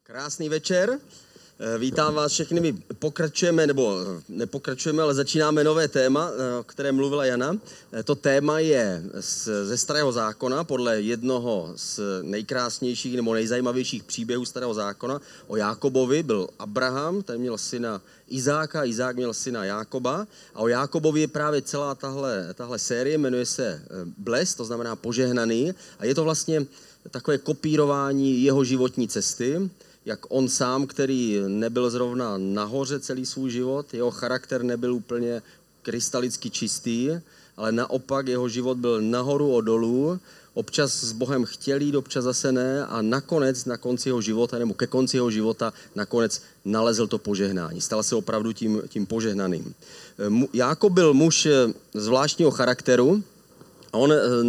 Krásný večer, vítám vás všechny, my pokračujeme, nebo nepokračujeme, ale začínáme nové téma, o kterém mluvila Jana. To téma je ze Starého zákona, podle jednoho z nejkrásnějších nebo nejzajímavějších příběhů Starého zákona. O Jákobovi byl Abraham, ten měl syna Izáka, Izák měl syna Jákoba a o Jákobovi je právě celá tahle série, jmenuje se Bless, to znamená požehnaný a je to vlastně takové kopírování jeho životní cesty, jak on sám, který nebyl zrovna nahoře celý svůj život, jeho charakter nebyl úplně krystalicky čistý, ale naopak jeho život byl nahoru a dolů, občas s Bohem chtěl jít, občas zase ne a nakonec, na konci jeho života, nebo ke konci jeho života, nakonec nalezl to požehnání. Stal se opravdu tím požehnaným. Jákob byl muž zvláštního charakteru, on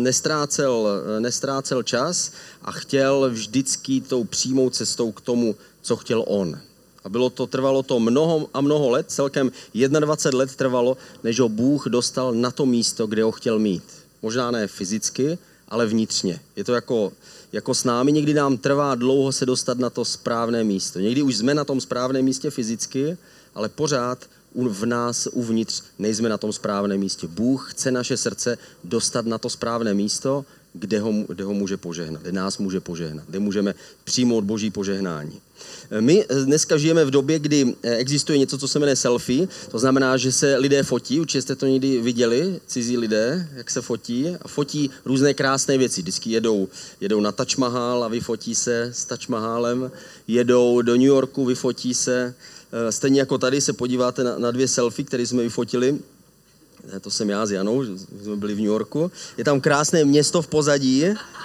nestrácel čas a chtěl vždycky tou přímou cestou k tomu, co chtěl on. A trvalo to mnoho let, celkem 21 let trvalo, než ho Bůh dostal na to místo, kde ho chtěl mít. Možná ne fyzicky, ale vnitřně. Je to jako s námi, někdy nám trvá dlouho se dostat na to správné místo. Někdy už jsme na tom správném místě fyzicky, ale pořád v nás uvnitř nejsme na tom správném místě. Bůh chce naše srdce dostat na to správné místo, kde ho může požehnat, kde nás může požehnat, kde můžeme přijmout Boží požehnání. My dneska žijeme v době, kdy existuje něco, co se jmenuje selfie, to znamená, že se lidé fotí, určitě jste to někdy viděli, cizí lidé, jak se fotí a fotí různé krásné věci. Vždycky jedou na Taj Mahal a vyfotí se s Taj Mahalem, jedou do New Yorku, vyfotí se. Stejně jako tady se podíváte na 2 selfie, které jsme vyfotili. To jsem já s Janou, jsme byli v New Yorku. Je tam krásné město v pozadí,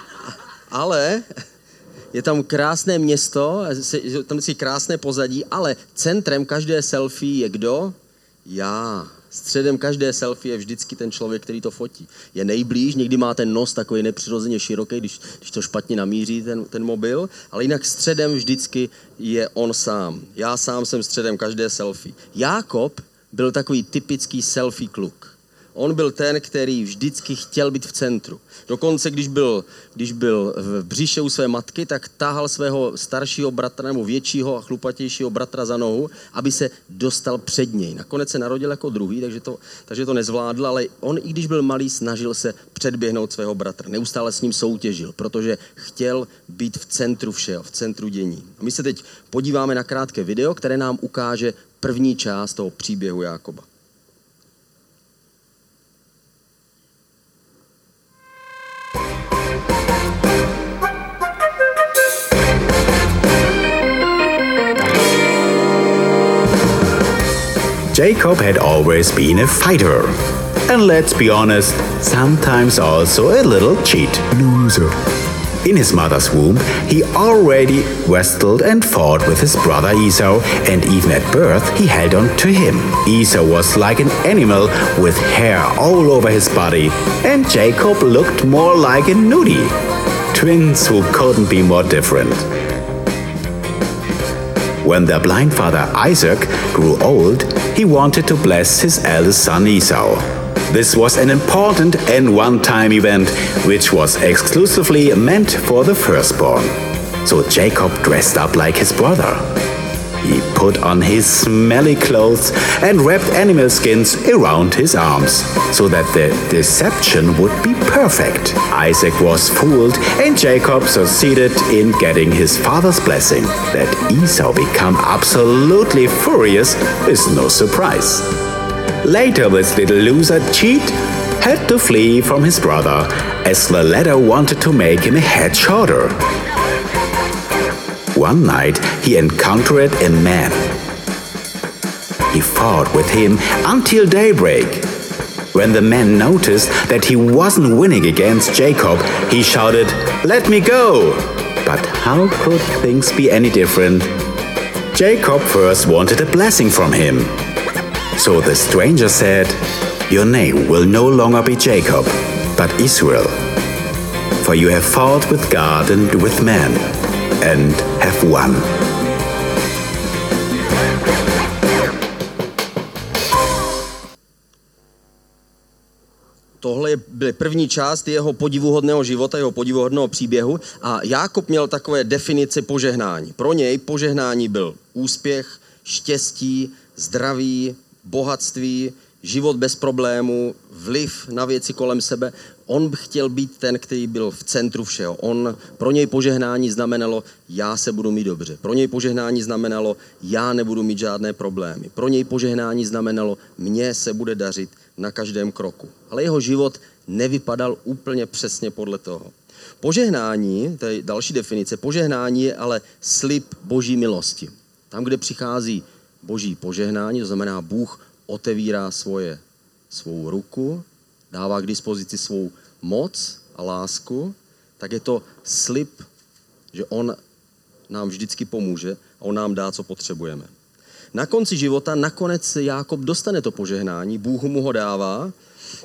ale je tam krásné město, tam si krásné pozadí, ale centrem každé selfie je kdo? Já. Středem každé selfie je vždycky ten člověk, který to fotí. Je nejblíž, někdy má ten nos takový nepřirozeně široký, když to špatně namíří ten mobil, ale jinak středem vždycky je on sám. Já sám jsem středem každé selfie. Jákob byl takový typický selfie kluk. On byl ten, který vždycky chtěl být v centru. Dokonce, když byl v břiše u své matky, tak táhal svého staršího bratra nebo většího a chlupatějšího bratra za nohu, aby se dostal před něj. Nakonec se narodil jako druhý, takže to nezvládl, ale on, i když byl malý, snažil se předběhnout svého bratra. Neustále s ním soutěžil, protože chtěl být v centru všeho, v centru dění. A my se teď podíváme na krátké video, které nám ukáže první část toho příběhu Jákoba. Jacob had always been a fighter. And let's be honest, sometimes also a little cheat. Loser. In his mother's womb, he already wrestled and fought with his brother Esau, and even at birth, he held on to him. Esau was like an animal with hair all over his body, and Jacob looked more like a nudie. Twins who couldn't be more different. When their blind father Isaac grew old, he wanted to bless his eldest son Esau. This was an important and one-time event, which was exclusively meant for the firstborn. So Jacob dressed up like his brother. He put on his smelly clothes and wrapped animal skins around his arms, so that the deception would be perfect. Isaac was fooled, and Jacob succeeded in getting his father's blessing. That Esau became absolutely furious is no surprise. Later, this little loser cheat had to flee from his brother, as the latter wanted to make him a head shorter. One night, he encountered a man. He fought with him until daybreak. When the man noticed that he wasn't winning against Jacob, he shouted, "Let me go!" But how could things be any different? Jacob first wanted a blessing from him. So the stranger said, "Your name will no longer be Jacob, but Israel. For you have fought with God and with man, and have won." Tohle byla první část jeho podivuhodného života, jeho podivuhodného příběhu a Jákob měl takové definice požehnání. Pro něj požehnání byl úspěch, štěstí, zdraví, bohatství, život bez problémů, vliv na věci kolem sebe. On chtěl být ten, který byl v centru všeho. Pro něj požehnání znamenalo, já se budu mít dobře. Pro něj požehnání znamenalo, já nebudu mít žádné problémy. Pro něj požehnání znamenalo, mně se bude dařit na každém kroku. Ale jeho život nevypadal úplně přesně podle toho. Požehnání, to je další definice, požehnání je ale slib Boží milosti. Tam, kde přichází Boží požehnání, to znamená Bůh otevírá svou ruku, dává k dispozici svou moc a lásku, tak je to slib, že on nám vždycky pomůže a on nám dá, co potřebujeme. Na konci života nakonec Jákob dostane to požehnání, Bůh mu ho dává,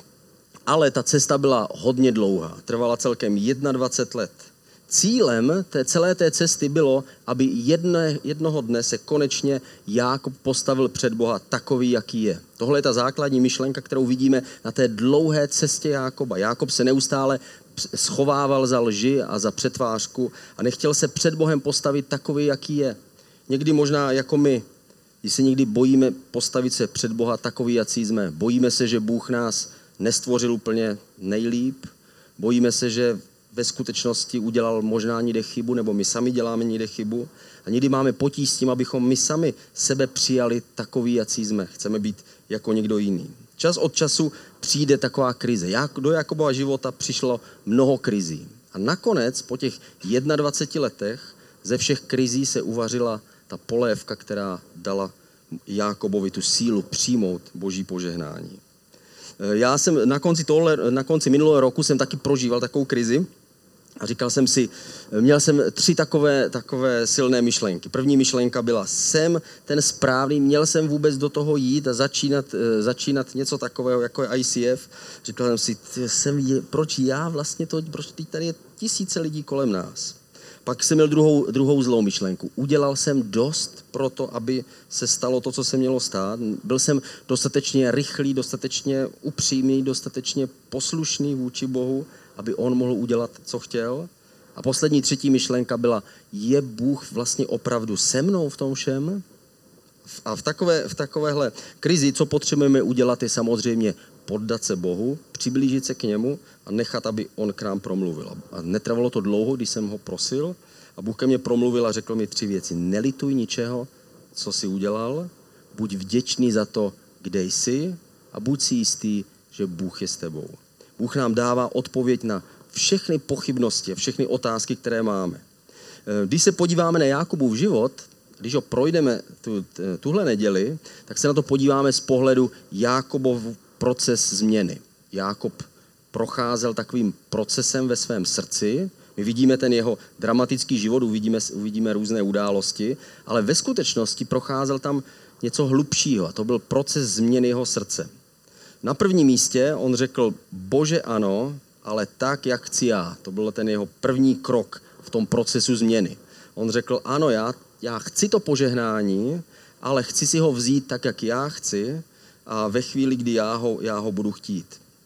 ale ta cesta byla hodně dlouhá, trvala celkem 21 let. Cílem celé té cesty bylo, aby jednoho dne se konečně Jákob postavil před Boha takový, jaký je. Tohle je ta základní myšlenka, kterou vidíme na té dlouhé cestě Jákoba. Jákob se neustále schovával za lži a za přetvářku a nechtěl se před Bohem postavit takový, jaký je. Někdy možná jako my, když se někdy bojíme postavit se před Boha takový, jaký jsme. Bojíme se, že Bůh nás nestvořil úplně nejlíp. Bojíme se, že ve skutečnosti udělal možná někde chybu, nebo my sami děláme někde chybu. A někdy máme potíž s tím, abychom my sami sebe přijali takový, jací jsme. Chceme být jako někdo jiný. Čas od času přijde taková krize. Do Jakobova života přišlo mnoho krizí. A nakonec, po těch 21 letech, ze všech krizí se uvařila ta polévka, která dala Jákobovi tu sílu přijmout Boží požehnání. Já jsem na konci minulého roku jsem taky prožíval takovou krizi a říkal jsem si, měl jsem 3 takové silné myšlenky. První myšlenka byla, jsem ten správný, měl jsem vůbec do toho jít a začínat něco takového, jako je ICF. Říkal jsem si, proč já vlastně proč tady je tisíce lidí kolem nás. Pak jsem měl druhou zlou myšlenku. Udělal jsem dost pro to, aby se stalo to, co se mělo stát. Byl jsem dostatečně rychlý, dostatečně upřímný, dostatečně poslušný vůči Bohu, aby on mohl udělat, co chtěl. A poslední 3. myšlenka byla, je Bůh vlastně opravdu se mnou v tom všem? A v takovéhle krizi, co potřebujeme udělat, je samozřejmě poddat se Bohu, přiblížit se k němu a nechat, aby on k nám promluvil. A netrvalo to dlouho, když jsem ho prosil a Bůh ke mně promluvil a řekl mi 3 věci. Nelituj ničeho, co jsi udělal, buď vděčný za to, kde jsi a buď si jistý, že Bůh je s tebou. Bůh nám dává odpověď na všechny pochybnosti, všechny otázky, které máme. Když se podíváme na Jákobův život, když ho projdeme tuhle neděli, tak se na to podíváme z pohledu Jákobov proces změny. Jákob procházel takovým procesem ve svém srdci. My vidíme ten jeho dramatický život, uvidíme různé události, ale ve skutečnosti procházel tam něco hlubšího a to byl proces změny jeho srdce. Na prvním místě on řekl, Bože ano, ale tak, jak chci já. To byl ten jeho první krok v tom procesu změny. On řekl, ano, já chci to požehnání, ale chci si ho vzít tak, jak já chci a ve chvíli, kdy já ho budu chtít.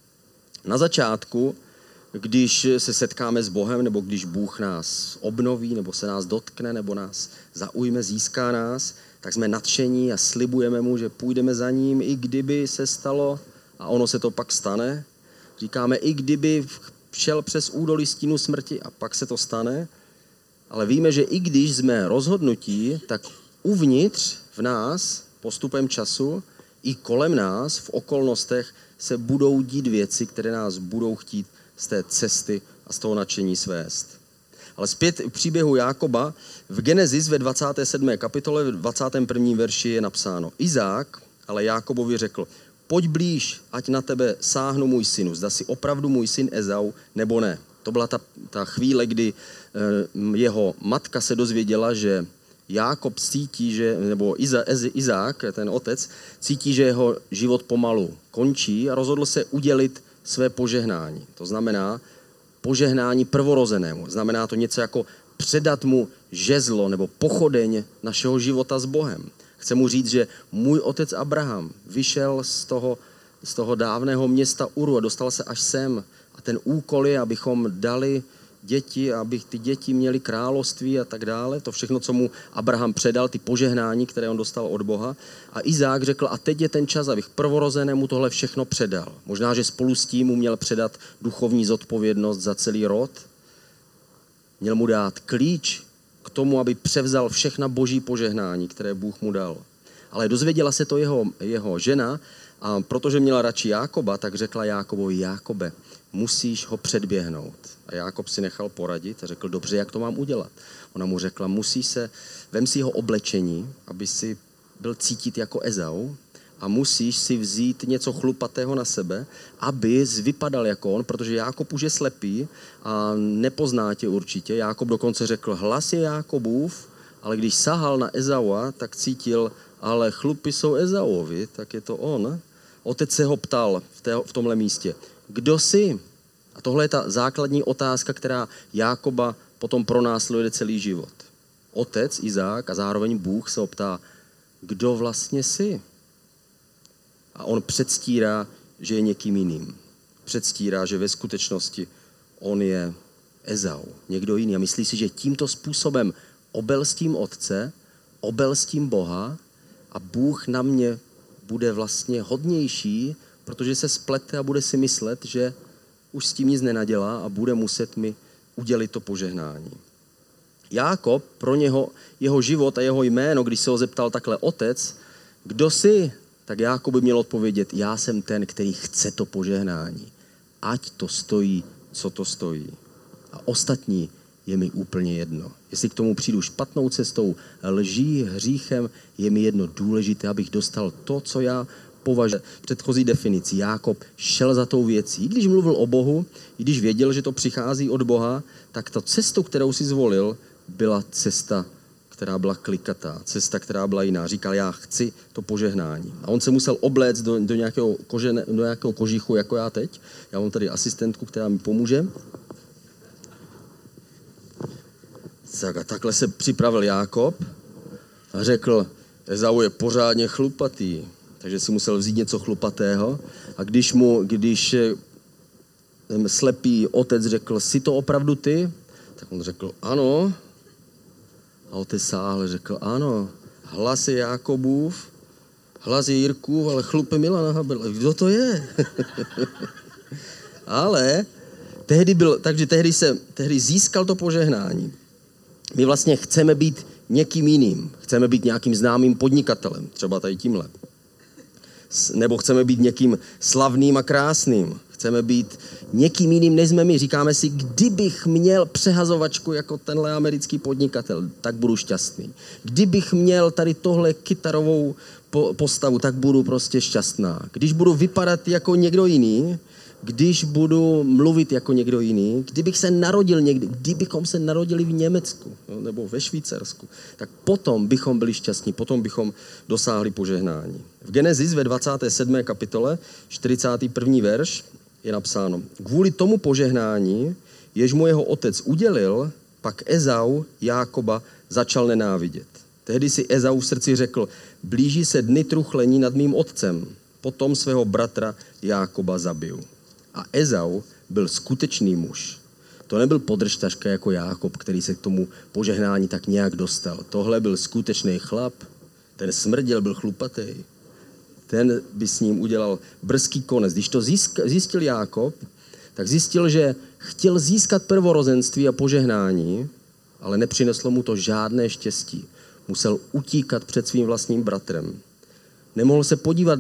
Na začátku, když se setkáme s Bohem, nebo když Bůh nás obnoví, nebo se nás dotkne, nebo nás zaujme, získá nás, tak jsme nadšení a slibujeme mu, že půjdeme za ním, i kdyby se stalo, a ono se to pak stane. Říkáme, i kdyby šel přes údolí stínu smrti a pak se to stane, ale víme, že i když jsme rozhodnutí, tak uvnitř v nás postupem času i kolem nás v okolnostech se budou dít věci, které nás budou chtít z té cesty a z toho nadšení svést. Ale zpět v příběhu Jákoba v Genesis ve 27. kapitole v 21. verši je napsáno Izák, ale Jákobovi řekl, pojď blíž, ať na tebe sáhnu můj synu, zda si opravdu můj syn Ezau nebo ne. To byla ta chvíle, kdy jeho matka se dozvěděla, že Jákob cítí, nebo Izák, ten otec, cítí, že jeho život pomalu končí a rozhodl se udělit své požehnání. To znamená požehnání prvorozenému. Znamená to něco jako předat mu žezlo nebo pochodeň našeho života s Bohem. Chce mu říct, že můj otec Abraham vyšel z toho z toho dávného města Uru a dostal se až sem. A ten úkol je, abychom dali děti, aby ty děti měly království a tak dále. To všechno, co mu Abraham předal, ty požehnání, které on dostal od Boha. A Izák řekl, a teď je ten čas, abych prvorozenému tohle všechno předal. Možná, že spolu s tím mu měl předat duchovní zodpovědnost za celý rod. Měl mu dát klíč k tomu, aby převzal všechna boží požehnání, které Bůh mu dal. Ale dozvěděla se to jeho žena a protože měla radši Jákoba, tak řekla Jákobovi, Jákobe, musíš ho předběhnout. A Jákob si nechal poradit a řekl, dobře, jak to mám udělat? Ona mu řekla, vem si jeho oblečení, aby si byl cítit jako Ezau a musíš si vzít něco chlupatého na sebe, aby vypadal jako on, protože Jákob už je slepý a nepozná tě určitě. Jákob dokonce řekl, hlas je Jákobův, ale když sahal na Ezaua, tak cítil, ale chlupy jsou Ezauovi, tak je to on. Otec se ho ptal v tomhle místě, kdo jsi? A tohle je ta základní otázka, která Jákoba potom pronásleduje celý život. Otec, Izák a zároveň Bůh se ho ptá, kdo vlastně jsi? A on předstírá, že je někým jiným. Předstírá, že ve skutečnosti on je Ezau, někdo jiný. A myslí si, že tímto způsobem obelstím otce, obelstím Boha a Bůh na mě bude vlastně hodnější, protože se splete a bude si myslet, že už s tím nic nenadělá a bude muset mi udělit to požehnání. Jákob, pro něho, jeho život a jeho jméno, když se ho zeptal takhle otec, kdo jsi? Tak Jákob by měl odpovědět, já jsem ten, který chce to požehnání. Ať to stojí, co to stojí. A ostatní je mi úplně jedno. Jestli k tomu přijdu špatnou cestou, lží, hříchem, je mi jedno důležité, abych dostal to, co já považuji. Předchozí definici. Jákob šel za tou věcí. I když mluvil o Bohu, i když věděl, že to přichází od Boha, tak ta cesta, kterou si zvolil, byla cesta, která byla klikatá, cesta, která byla jiná. Říkal, já chci to požehnání. A on se musel obléct do nějakého kožichu, jako já teď. Já mám tady asistentku, která mi pomůže. Tak a takhle se připravil Jákob a řekl, Ezau je pořádně chlupatý, takže si musel vzít něco chlupatého. A když slepý otec řekl, jsi to opravdu ty? Tak on řekl, ano. A otec sáhl řekl, ano, hlas je Jákobův, hlas je Jirkův, ale chlupe Milana Haberla. Kdo to je? Ale tehdy získal to požehnání. My vlastně chceme být někým jiným. Chceme být nějakým známým podnikatelem, třeba tady tímhle. Nebo chceme být někým slavným a krásným. Chceme být někým jiným, než jsme my. Říkáme si, kdybych měl přehazovačku jako tenhle americký podnikatel, tak budu šťastný. Kdybych měl tady tohle kytarovou postavu, tak budu prostě šťastná. Když budu vypadat jako někdo jiný, když budu mluvit jako někdo jiný, kdybych se narodil někdy, kdybychom se narodili v Německu nebo ve Švýcarsku, tak potom bychom byli šťastní, potom bychom dosáhli požehnání. V Genesis ve 27. kapitole, 41. verš, je napsáno, kvůli tomu požehnání, jež mu jeho otec udělil, pak Ezau Jákoba začal nenávidět. Tehdy si Ezau v srdci řekl, blíží se dny truchlení nad mým otcem, potom svého bratra Jákoba zabiju. A Ezau byl skutečný muž. To nebyl podržtaška jako Jákob, který se k tomu požehnání tak nějak dostal. Tohle byl skutečný chlap, ten smrděl, byl chlupatý. Ten by s ním udělal brzký konec. Když to zjistil Jákob, tak zjistil, že chtěl získat prvorozenství a požehnání, ale nepřineslo mu to žádné štěstí. Musel utíkat před svým vlastním bratrem. Nemohl se podívat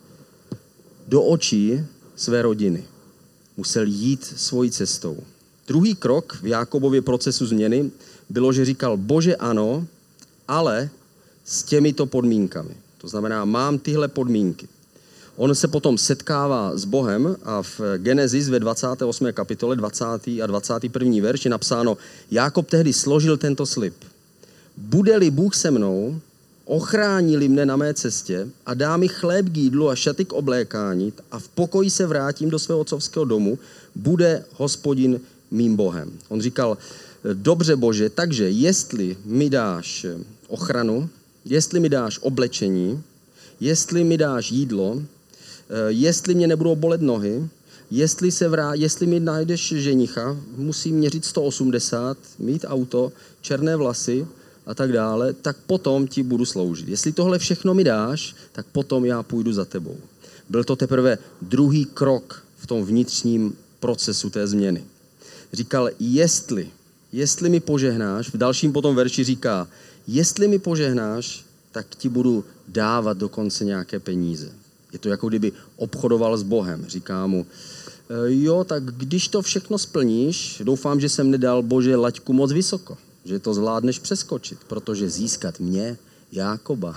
do očí své rodiny. Musel jít svojí cestou. Druhý krok v Jákobově procesu změny bylo, že říkal, Bože ano, ale s těmito podmínkami. To znamená, mám tyhle podmínky. On se potom setkává s Bohem a v Genesis ve 28. kapitole 20. a 21. verš je napsáno, Jákob tehdy složil tento slib. Bude-li Bůh se mnou, ochrání-li mne na mé cestě a dá mi chléb k jídlu a šaty k oblékání a v pokoji se vrátím do svého otcovského domu, bude Hospodin mým Bohem. On říkal, dobře Bože, takže jestli mi dáš ochranu, jestli mi dáš oblečení, jestli mi dáš jídlo, jestli mě nebudou bolet nohy, jestli mi najdeš ženicha, musím měřit 180, mít auto, černé vlasy a tak dále, tak potom ti budu sloužit. Jestli tohle všechno mi dáš, tak potom já půjdu za tebou. Byl to teprve druhý krok v tom vnitřním procesu té změny. Říkal, jestli mi požehnáš, v dalším potom verši říká, jestli mi požehnáš, tak ti budu dávat dokonce nějaké peníze. Je to jako kdyby obchodoval s Bohem. Říká mu, jo, tak když to všechno splníš, doufám, že jsem nedal, Bože, laťku moc vysoko, že to zvládneš přeskočit, protože získat mě, Jákoba,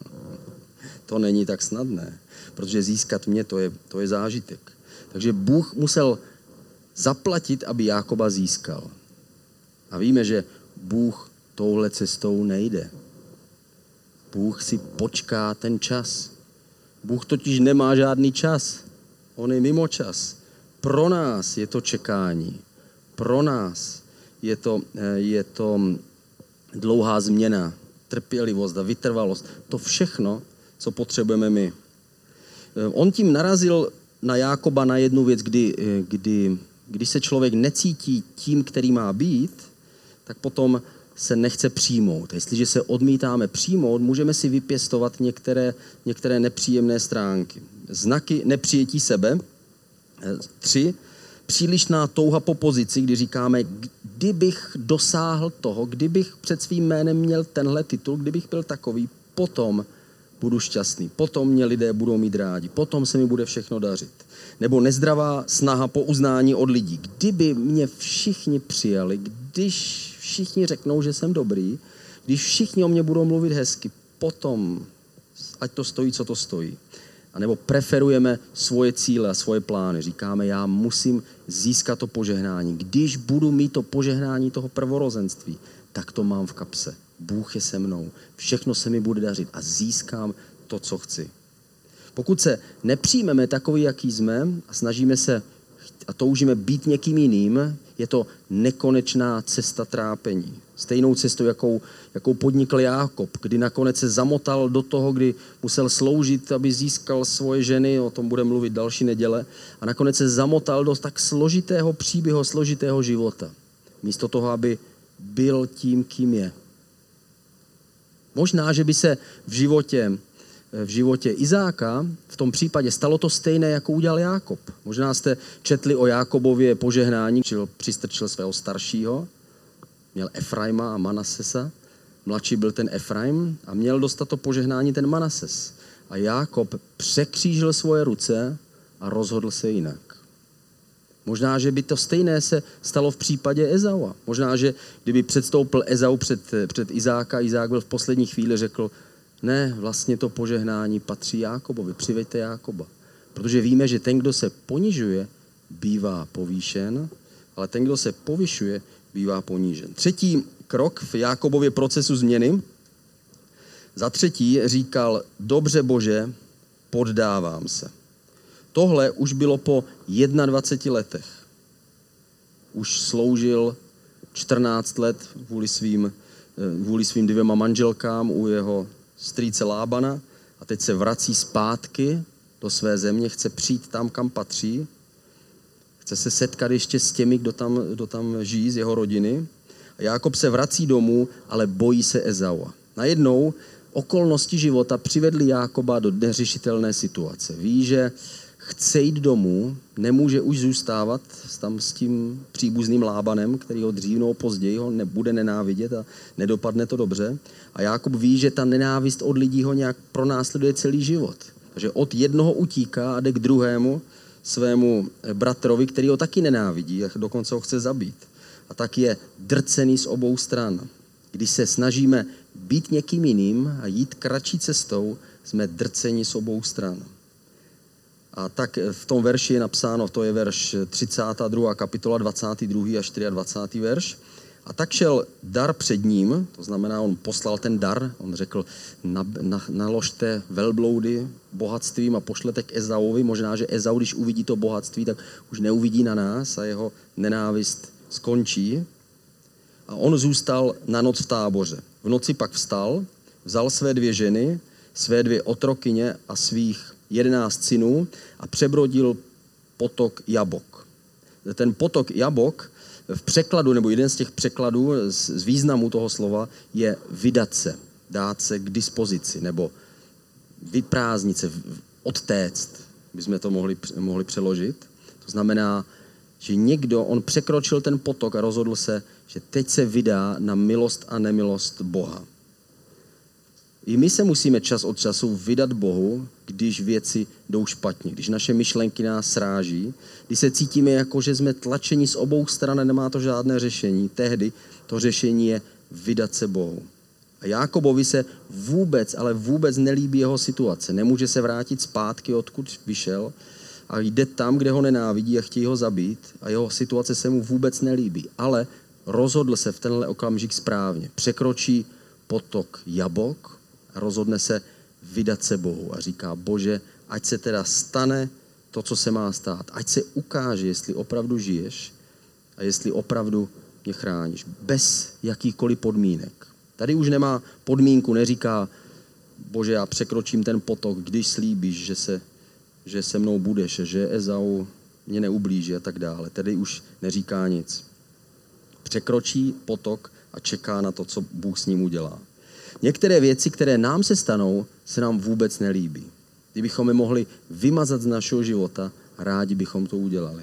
to není tak snadné, protože získat mě, to je zážitek. Takže Bůh musel zaplatit, aby Jákoba získal. A víme, že Bůh touhle cestou nejde. Bůh si počká ten čas. Bůh totiž nemá žádný čas. On je mimo čas. Pro nás je to čekání. Pro nás je to dlouhá změna, trpělivost a vytrvalost. To všechno, co potřebujeme my. On tím narazil na Jákoba na jednu věc, kdy se člověk necítí tím, který má být, tak potom se nechce přijmout. Jestliže se odmítáme přijmout, můžeme si vypěstovat některé nepříjemné stránky. Znaky nepřijetí sebe. 3. Přílišná touha po pozici, kdy říkáme, kdybych dosáhl toho, kdybych před svým jménem měl tenhle titul, kdybych byl takový, potom budu šťastný, potom mě lidé budou mít rádi, potom se mi bude všechno dařit. Nebo nezdravá snaha po uznání od lidí. Kdyby mě všichni přijali, když všichni řeknou, že jsem dobrý, když všichni o mě budou mluvit hezky, potom, ať to stojí, co to stojí. A nebo preferujeme svoje cíle a svoje plány. Říkáme, já musím získat to požehnání. Když budu mít to požehnání toho prvorozenství, tak to mám v kapse. Bůh je se mnou. Všechno se mi bude dařit a získám to, co chci. Pokud se nepřijmeme takový, jaký jsme a snažíme se a toužíme být někým jiným, je to nekonečná cesta trápení. Stejnou cestou, jakou podnikl Jákob, kdy nakonec se zamotal do toho, kdy musel sloužit, aby získal svoje ženy, o tom bude mluvit další neděle, a nakonec se zamotal do tak složitého příběhu, složitého života. Místo toho, aby byl tím, kým je. Možná, že by se v životě Izáka v tom případě stalo to stejné, jako udělal Jákob. Možná jste četli o Jákobově požehnání, přistrčil svého staršího, měl Efraima a Manasesa. Mladší byl ten Efraim a měl dostat to požehnání ten Manases. A Jákob překřížil svoje ruce a rozhodl se jinak. Možná, že by to stejné se stalo v případě Ezaua. Možná, že kdyby předstoupil Ezau před Izáka, Izák byl v poslední chvíli řekl, ne, vlastně to požehnání patří Jákobovi, přiveďte Jákoba. Protože víme, že ten, kdo se ponižuje, bývá povýšen, ale ten, kdo se povyšuje, bývá ponížen. Třetí krok v Jákobově procesu změny. Za třetí říkal, dobře Bože, poddávám se. Tohle už bylo po 21 letech. Už sloužil 14 let kvůli svým 2 manželkám u jeho strýce Lábana a teď se vrací zpátky do své země, chce přijít tam, kam patří, chce se setkat ještě s těmi, kdo tam žijí z jeho rodiny. A Jákob se vrací domů, ale bojí se Ezaua. Najednou okolnosti života přivedly Jákoba do neřešitelné situace. Ví, že chce jít domů, nemůže už zůstávat tam s tím příbuzným Lábanem, který ho dřív nebo později ho nebude nenávidět a nedopadne to dobře. A Jákob ví, že ta nenávist od lidí ho nějak pronásleduje celý život. Takže od jednoho utíká a jde k druhému, svému bratrovi, který ho taky nenávidí a dokonce ho chce zabít. A tak je drcený z obou stran. Když se snažíme být někým jiným a jít kratší cestou, jsme drceni z obou stran. A tak v tom verši je napsáno, to je verš 32. kapitola, 22. a 24. verš. A tak šel dar před ním, to znamená, on poslal ten dar, on řekl, naložte velbloudy bohatstvím a pošlete k Ezauvi. Možná, že Ezau, když uvidí to bohatství, tak už neuvidí na nás a jeho nenávist skončí. A on zůstal na noc v táboře. V noci pak vstal, vzal své 2 ženy, své 2 otrokyně a svých 11 synů a přebrodil potok Jabok. Ten potok Jabok v překladu, nebo jeden z těch překladů z významu toho slova je vydat se, dát se k dispozici, nebo vyprázdnit se, odtéct, bychom to mohli přeložit. To znamená, že někdo, on překročil ten potok a rozhodl se, že teď se vydá na milost a nemilost Boha. I my se musíme čas od času vydat Bohu, když věci jdou špatně, když naše myšlenky nás sráží, když se cítíme jako, že jsme tlačeni z obou stran a nemá to žádné řešení. Tehdy to řešení je vydat se Bohu. A Jákobovi se vůbec, ale vůbec nelíbí jeho situace. Nemůže se vrátit zpátky, odkud vyšel, a jde tam, kde ho nenávidí a chtějí ho zabít a jeho situace se mu vůbec nelíbí. Ale rozhodl se v tenhle okamžik správně. Překročí potok Jabok a rozhodne se vydat se Bohu a říká: Bože, ať se teda stane to, co se má stát. Ať se ukáže, jestli opravdu žiješ a jestli opravdu mě chráníš. Bez jakýchkoliv podmínek. Tady už nemá podmínku, neříká: Bože, já překročím ten potok, když slíbíš, že se mnou budeš, že Ezau mě neublíží a tak dále. Tady už neříká nic. Překročí potok a čeká na to, co Bůh s ním udělá. Některé věci, které nám se stanou, se nám vůbec nelíbí. Kdybychom je mohli vymazat z našeho života, rádi bychom to udělali.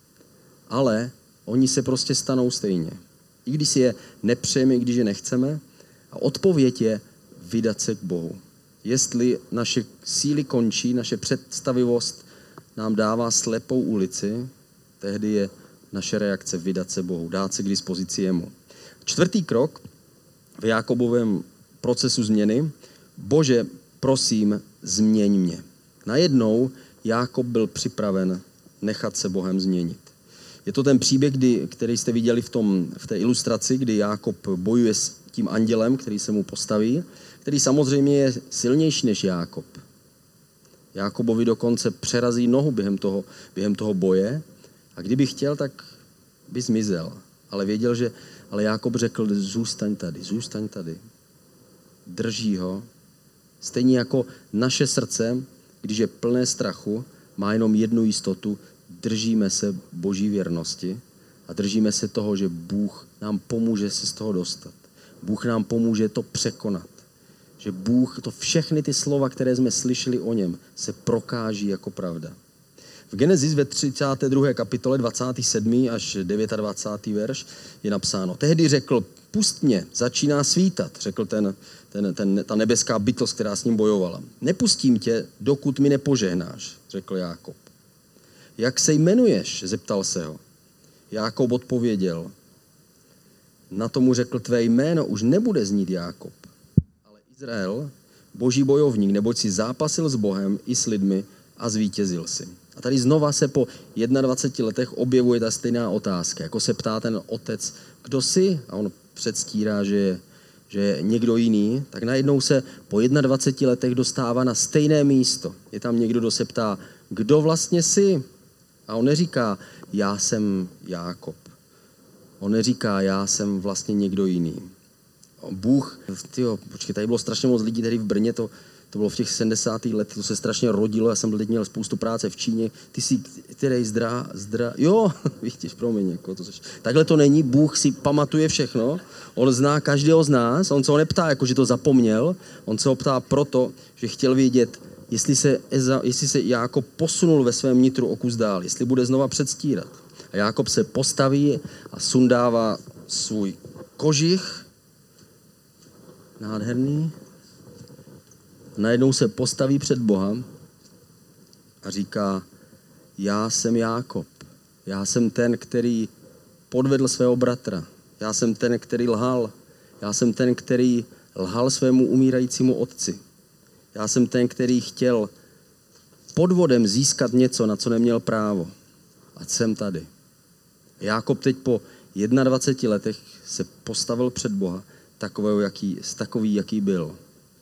Ale oni se prostě stanou stejně. I když si je nepřejeme, i když je nechceme. A odpověď je vydat se k Bohu. Jestli naše síly končí, naše představivost nám dává slepou ulici, tehdy je naše reakce vydat se Bohu, dát se k dispozici jemu. 4. krok v Jákobovém procesu změny: Bože, prosím, změň mě. Najednou Jákob byl připraven nechat se Bohem změnit. Je to ten příběh, který jste viděli v té ilustraci, kdy Jákob bojuje s tím andělem, který se mu postaví, který samozřejmě je silnější než Jákob. Jákobovi dokonce přerazí nohu během toho boje a kdyby chtěl, tak by zmizel. Ale Jákob řekl: zůstaň tady. Drží ho. Stejně jako naše srdce, když je plné strachu, má jenom jednu jistotu: držíme se Boží věrnosti a držíme se toho, že Bůh nám pomůže se z toho dostat. Bůh nám pomůže to překonat. Že Bůh, všechny ty slova, které jsme slyšeli o něm, se prokáží jako pravda. V Genesis ve 32. kapitole 27. až 29. verš je napsáno: Tehdy řekl: pust mě, začíná svítat, řekl ta nebeská bytost, která s ním bojovala. Nepustím tě, dokud mi nepožehnáš, řekl Jákob. Jak se jmenuješ? Zeptal se ho. Jákob odpověděl. Na tomu řekl: tvé jméno už nebude znít Jákob, ale Izrael, Boží bojovník, neboť si zápasil s Bohem i s lidmi a zvítězil si. A tady znova se po 21 letech objevuje ta stejná otázka. Jako se ptá ten otec: kdo jsi? A on předstírá, že je někdo jiný. Tak najednou se po 21 letech dostává na stejné místo. Je tam někdo, kdo se ptá: kdo vlastně jsi? A on neříká: já jsem Jákob. On neříká: já jsem vlastně někdo jiný. Bůh, tady bylo strašně moc lidí tady v Brně, to bylo v těch 70. letech, to se strašně rodilo, já jsem teď měl spoustu práce v Číně, ty jsi, který jo, vidíš, promiň, takhle to není, Bůh si pamatuje všechno, on zná každého z nás, on se ho neptá, jako že to zapomněl, on se ho ptá proto, že chtěl vědět, jestli se Jákob posunul ve svém nitru o kus dál, jestli bude znova předstírat. A Jákob se postaví a sundává svůj kožich, nádherný. Najednou se postaví před Boha a říká: já jsem Jákob. Já jsem ten, který podvedl svého bratra. Já jsem ten, který lhal. Já jsem ten, který lhal svému umírajícímu otci. Já jsem ten, který chtěl podvodem získat něco, na co neměl právo. A jsem tady. Jákob teď po 21 letech se postavil před Boha takový, jaký byl.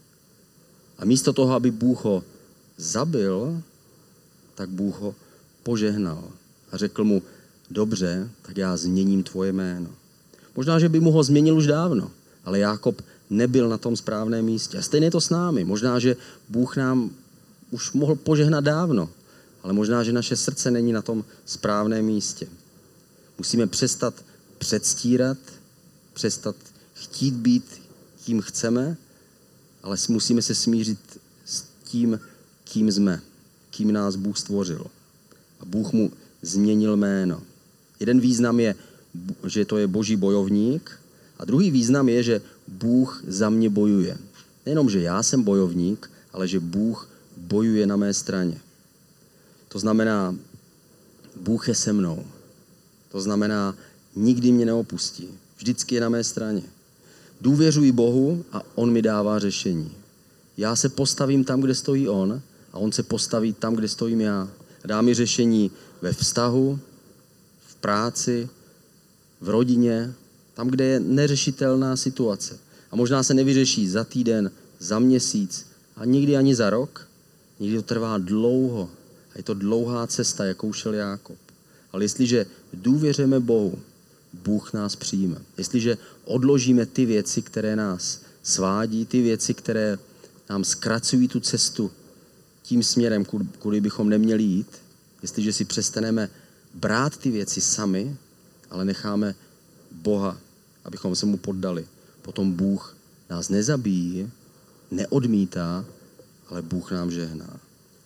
A místo toho, aby Bůh ho zabil, tak Bůh ho požehnal. A řekl mu: dobře, tak já změním tvoje jméno. Možná, že by mu ho změnil už dávno, ale Jákob nebyl na tom správném místě. A stejně je to s námi. Možná, že Bůh nám už mohl požehnat dávno, ale možná, že naše srdce není na tom správném místě. Musíme přestat předstírat, přestat chtít být kým chceme, ale musíme se smířit s tím, kým jsme, kým nás Bůh stvořil. A Bůh mu změnil jméno. Jeden význam je, že to je Boží bojovník, a druhý význam je, že Bůh za mě bojuje. Nejenom, že já jsem bojovník, ale že Bůh bojuje na mé straně. To znamená, Bůh je se mnou. To znamená, nikdy mě neopustí. Vždycky je na mé straně. Důvěřuji Bohu a on mi dává řešení. Já se postavím tam, kde stojí on, a on se postaví tam, kde stojím já. Dá mi řešení ve vztahu, v práci, v rodině, tam, kde je neřešitelná situace. A možná se nevyřeší za týden, za měsíc a nikdy ani za rok. Někdy to trvá dlouho. A je to dlouhá cesta, jakou šel Jákob. Ale jestliže důvěřujeme Bohu, Bůh nás přijme. Jestliže odložíme ty věci, které nás svádí, ty věci, které nám zkracují tu cestu tím směrem, kudy bychom neměli jít, jestliže si přestaneme brát ty věci sami, ale necháme Boha, abychom se mu poddali, potom Bůh nás nezabíjí, neodmítá, ale Bůh nám žehná.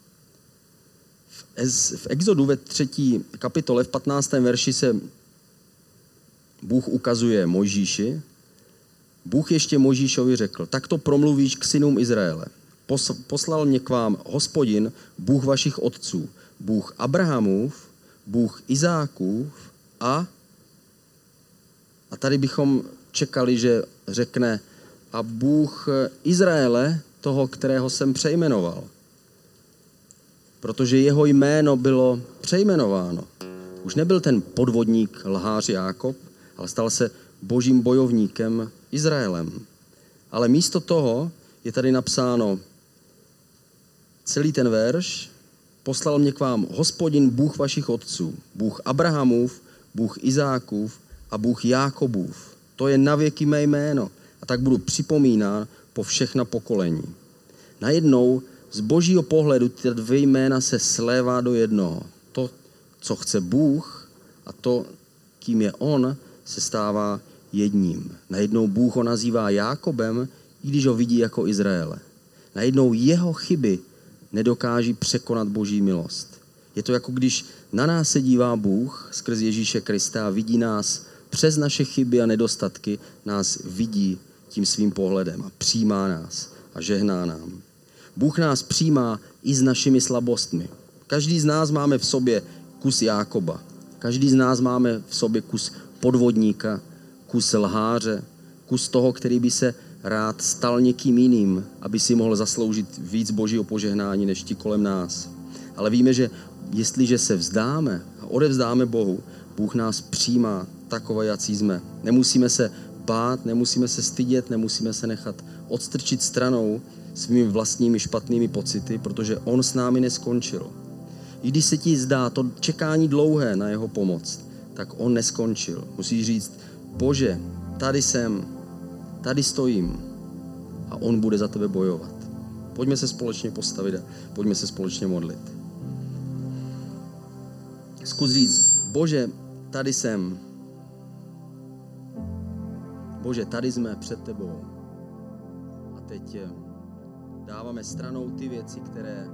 V Exodu ve 3. kapitole v 15. verši se Bůh ukazuje Mojžíši. Bůh ještě Mojžíšovi řekl, takto promluvíš k synům Izraele. Poslal mě k vám Hospodin, Bůh vašich otců, Bůh Abrahamův, Bůh Izákův a tady bychom čekali, že řekne a Bůh Izraele, toho, kterého jsem přejmenoval. Protože jeho jméno bylo přejmenováno. Už nebyl ten podvodník, lhář Jákob, ale stal se božím bojovníkem Izraelem. Ale místo toho je tady napsáno celý ten verš, poslal mě k vám Hospodin, Bůh vašich otců, Bůh Abrahamův, Bůh Izákův a Bůh Jákobův. To je navěky mé jméno a tak budu připomínán po všechna pokolení. Najednou z božího pohledu ty dvě jména se slévá do jednoho. To, co chce Bůh a to, kým je on, se stává jedním. Najednou Bůh ho nazývá Jákobem, i když ho vidí jako Izraele. Najednou jeho chyby nedokáží překonat boží milost. Je to jako když na nás se dívá Bůh skrz Ježíše Krista a vidí nás přes naše chyby a nedostatky, nás vidí tím svým pohledem a přijímá nás a žehná nám. Bůh nás přijímá i s našimi slabostmi. Každý z nás máme v sobě kus Jákoba. Každý z nás máme v sobě kus podvodníka, kus lháře, kus toho, který by se rád stal někým jiným, aby si mohl zasloužit víc božího požehnání než ti kolem nás. Ale víme, že jestliže se vzdáme a odevzdáme Bohu, Bůh nás přijímá takové, jací jsme. Nemusíme se bát, nemusíme se stydět, nemusíme se nechat odstrčit stranou svými vlastními špatnými pocity, protože on s námi neskončil. I když se ti zdá to čekání dlouhé na jeho pomoc, tak on neskončil. Musíš říct, Bože, tady jsem, tady stojím a on bude za tebe bojovat. Pojďme se společně postavit a pojďme se společně modlit. Zkus říct, Bože, tady jsem. Bože, tady jsme před tebou. A teď dáváme stranou ty věci, které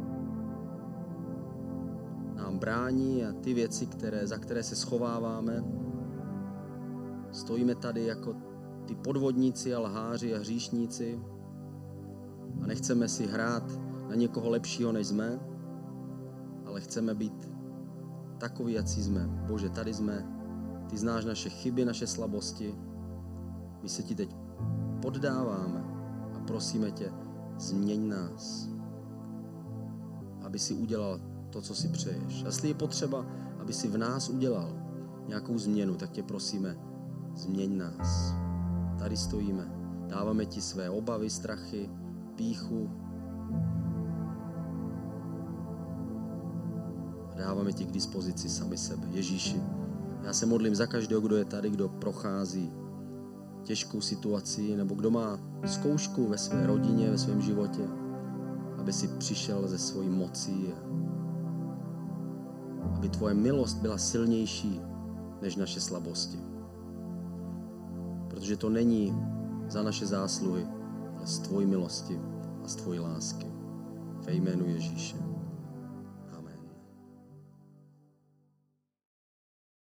nám brání a ty věci, za které se schováváme. Stojíme tady jako ty podvodníci a lháři a hříšníci a nechceme si hrát na někoho lepšího, než jsme, ale chceme být takoví, jací jsme. Bože, tady jsme, ty znáš naše chyby, naše slabosti. My se ti teď poddáváme a prosíme tě, změň nás, aby si udělal to, co si přeješ. A jestli je potřeba, aby si v nás udělal nějakou změnu, tak tě prosíme, změň nás. Tady stojíme, dáváme ti své obavy, strachy, pýchu a dáváme ti k dispozici sami sebe. Ježíši, já se modlím za každého, kdo je tady, kdo prochází těžkou situaci, nebo kdo má zkoušku ve své rodině, ve svém životě, aby si přišel ze svojí mocí, aby tvoje milost byla silnější než naše slabosti. Protože to není za naše zásluhy, ale z tvojí milosti a z tvojí lásky. Ve jménu Ježíše.